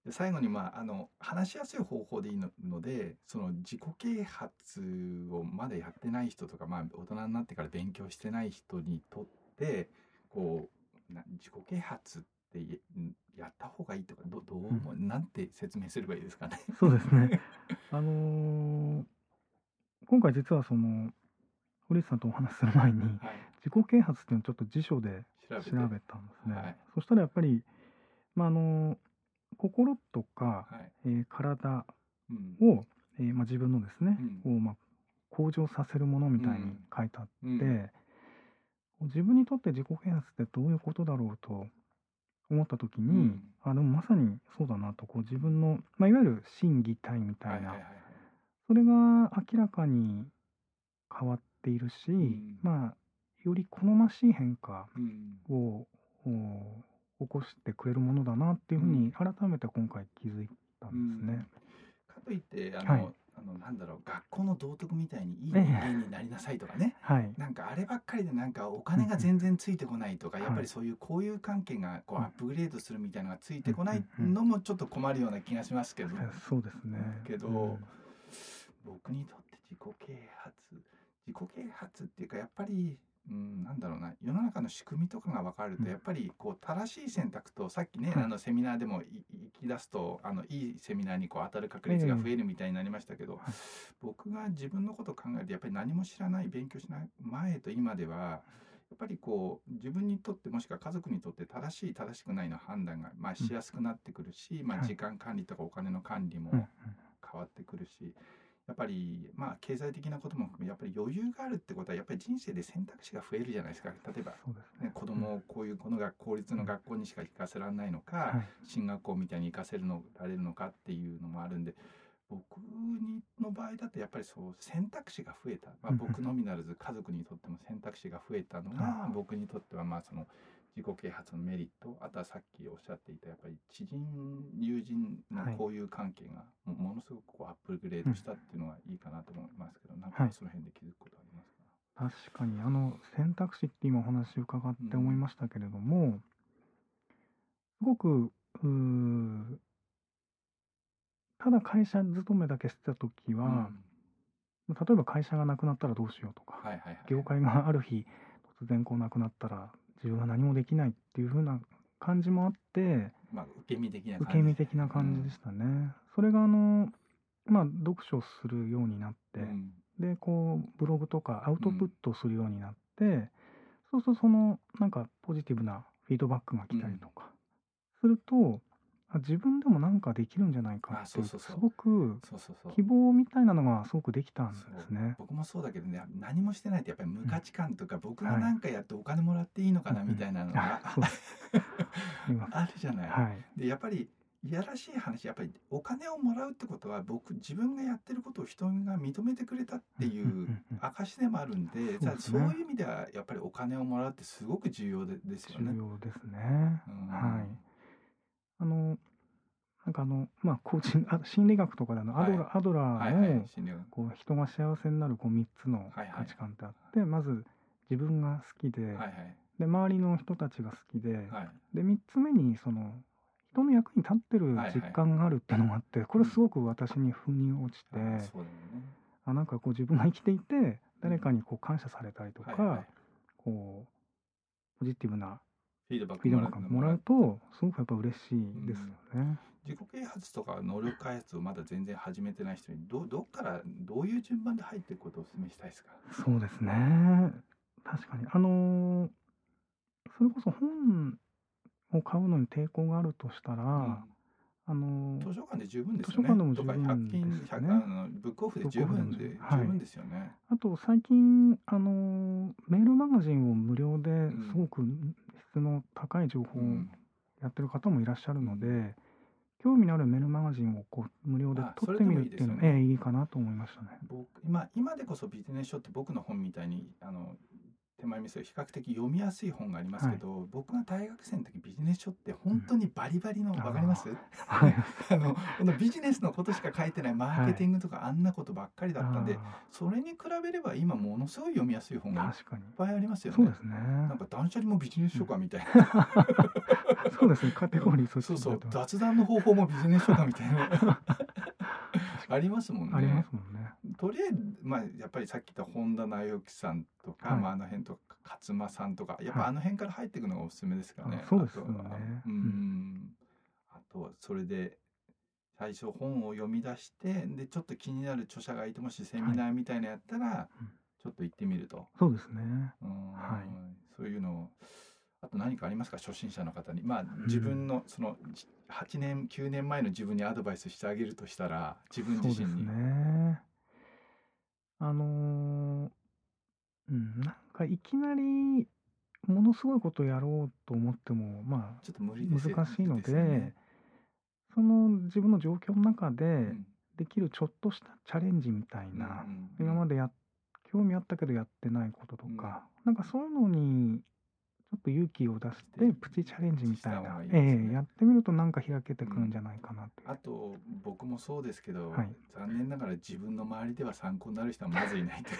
で最後に、話しやすい方法でいいので、その自己啓発をまだやってない人とか、大人になってから勉強してない人にとって、自己啓発ってやった方がいいとか、どう思う、なんて説明すればいいですかね。 そうですね。今回実は堀内さんとお話しする前に、 はい、 自己啓発っていうのをちょっと辞書で調べて、 調べたんですね。 はい、 そしたらやっぱり、心とか、 はい、 体うん、 を、自分のですね、向上させるものみたいに書いてあって、自分にとって自己啓発ってどういうことだろうと思った時に、でもまさにそうだなと、自分の、いわゆる心技体みたいな、それが明らかに変わっているし、より好ましい変化を、起こしてくれるものだなっていうふうに改めて今回気づいたんですね。 かといってはいなんだろう、学校の道徳みたいにいい人間になりなさいとかね、なんかあればっかりでなんかお金が全然ついてこないとか、やっぱりそういう交友関係がアップグレードするみたいなのがついてこないのもちょっと困るような気がしますけど、 そうですね。 僕にとって自己啓発っていうか、やっぱりなんだろうな、世の中の仕組みとかが分かると、やっぱり正しい選択と、さっきね、セミナーでも行き出すといいセミナーに当たる確率が増えるみたいになりましたけど、僕が自分のことを考えると、やっぱり何も知らない、勉強しない前と今では、やっぱり自分にとって、もしくは家族にとって正しい正しくないの判断が、しやすくなってくるし、時間管理とかお金の管理も変わってくるし、やっぱり経済的なことも含め、やっぱり余裕があるってことは、やっぱり人生で選択肢が増えるじゃないですか。例えば、子供をこの公立の学校にしか行かせられないのか、進学校みたいに行かせられるのかっていうのもあるんで、僕の場合だとやっぱりそう選択肢が増えた、僕のみならず家族にとっても選択肢が増えたのが、僕にとってはその自己啓発のメリット、あとはさっきおっしゃっていたやっぱり知人友人の交友関係がものすごくアップグレードしたっていうのがいいかなと思いますけど、なんかその辺で気づくことありますか？ 確かに選択肢って今お話伺って思いましたけれども、すごくただ会社勤めだけしてた時は、例えば会社がなくなったらどうしようとか、業界がある日突然なくなったら自分は何もできないっていう風な感じもあって、 受け身的な感じでしたね。それが読書するようになって、でブログとかアウトプットするようになって、そうするとなんかポジティブなフィードバックが来たりとかすると、自分でもなんかできるんじゃないかっていう、すごく希望みたいなのがすごくできたんですね。 僕もそうだけどね、何もしてないとやっぱり無価値観とか、僕が何かやってお金もらっていいのかなみたいなのがあるじゃない。でやっぱりいやらしい話、やっぱりお金をもらうってことは、自分がやってることを人が認めてくれたっていう証でもあるんで、そういう意味ではやっぱりお金をもらうってすごく重要ですよね。 重要ですね。なんかコーチング、心理学とかでアドラーの人が幸せになる3つの価値観ってあって、まず自分が好きで、で周りの人たちが好きで、で3つ目に人の役に立ってる実感があるっていうのがあって、これすごく私に腑に落ちて、なんか自分が生きていて誰かに感謝されたりとか、ポジティブなフィードバックもらうとすごくやっぱ嬉しいですよね。 自己啓発とか能力開発をまだ全然始めてない人にどっからどういう順番で入っていくことをお勧めしたいですか？ そうですね。確かにそれこそ本を買うのに抵抗があるとしたら、 図書館で十分ですよね。 図書館でも十分とか100均ですね。 ブックオフで十分ですよね。 あと最近メールマガジンを無料ですごく質の高い情報をやってる方もいらっしゃるので、興味のあるメールマガジンを無料で取ってみるっていうのもいいかなと思いましたね。 今でこそビジネス書って僕の本みたいに手前味噌比較的読みやすい本がありますけど、僕が大学生の時ビジネス書って本当にバリバリの、わかります？このビジネスのことしか書いてないマーケティングとかあんなことばっかりだったんで、それに比べれば今ものすごい読みやすい本がいっぱいありますよね。 そうですね。 なんか断捨離もビジネス書かみたいなそうですね、カテゴリーそうそう、雑談の方法もビジネス書だみたいなありますもんね。 ありますもんね。 とりあえず、まあ、やっぱりさっき言った本田直之さんとか、まあ、あの辺とか勝間さんとか、やっぱあの辺から入っていくのがおすすめですからね。 そうですよね。 あとはそれで最初本を読み出して、でちょっと気になる著者がいて、もしセミナーみたいなやったら、ちょっと行ってみると。 そうですね。 そういうのを。あと何かありますか、初心者の方に。まあ自分のその8年9年前の自分にアドバイスしてあげるとしたら、自分自身に。 そうですね。なんかいきなりものすごいことをやろうと思っても、まあちょっと無理です難しいので、その自分の状況の中でできるちょっとしたチャレンジみたいな、今まで興味あったけどやってないこととか、なんかそういうのにちょっと勇気を出してプチチャレンジみたいな、やってみるとなんか開けてくるんじゃないかなって。 あと僕もそうですけど、残念ながら自分の周りでは参考になる人はまずいないと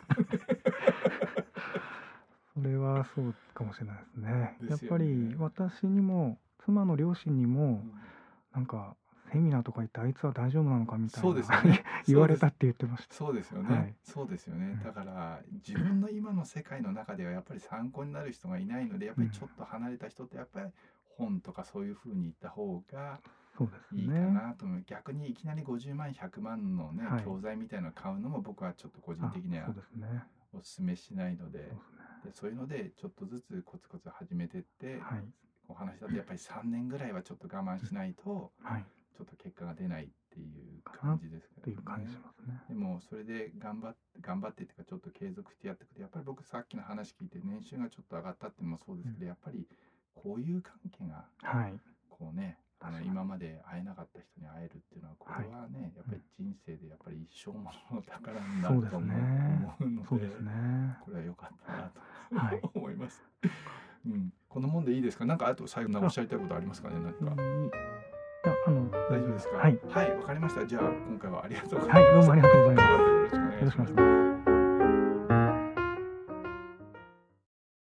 それはそうかもしれないですね。やっぱり私にも妻の両親にも、なんかセミナーとか行ってあいつは大丈夫なのかみたいな言われたって言ってました。 そうですよね。そうですよね。だから自分の今の世界の中ではやっぱり参考になる人がいないので、やっぱりちょっと離れた人ってやっぱり本とかそういう風に言った方がいいかなと思う。逆にいきなり50万100万のね、教材みたいなのを買うのも僕はちょっと個人的にはおすすめしないので、そういうのでちょっとずつコツコツ始めてって、お話だとやっぱり3年ぐらいはちょっと我慢しないと、ちょっと結果が出ないっていう感じですけどね。でもそれで頑張ってっていうか、ちょっと継続してやっていくと、やっぱり僕さっきの話聞いて年収がちょっと上がったっていうのもそうですけど、やっぱりこういう関係がこうね、今まで会えなかった人に会えるっていうのは、これはね、やっぱり人生でやっぱり一生ものの宝になると思うので、これは良かったなと思います。このもんでいいですか。なんかあと最後おっしゃりたいことありますかね。何か。大丈夫ですか。はい、わかりました。じゃあ今回はありがとうございます。 どうもありがとうございます。 よろしくお願いします。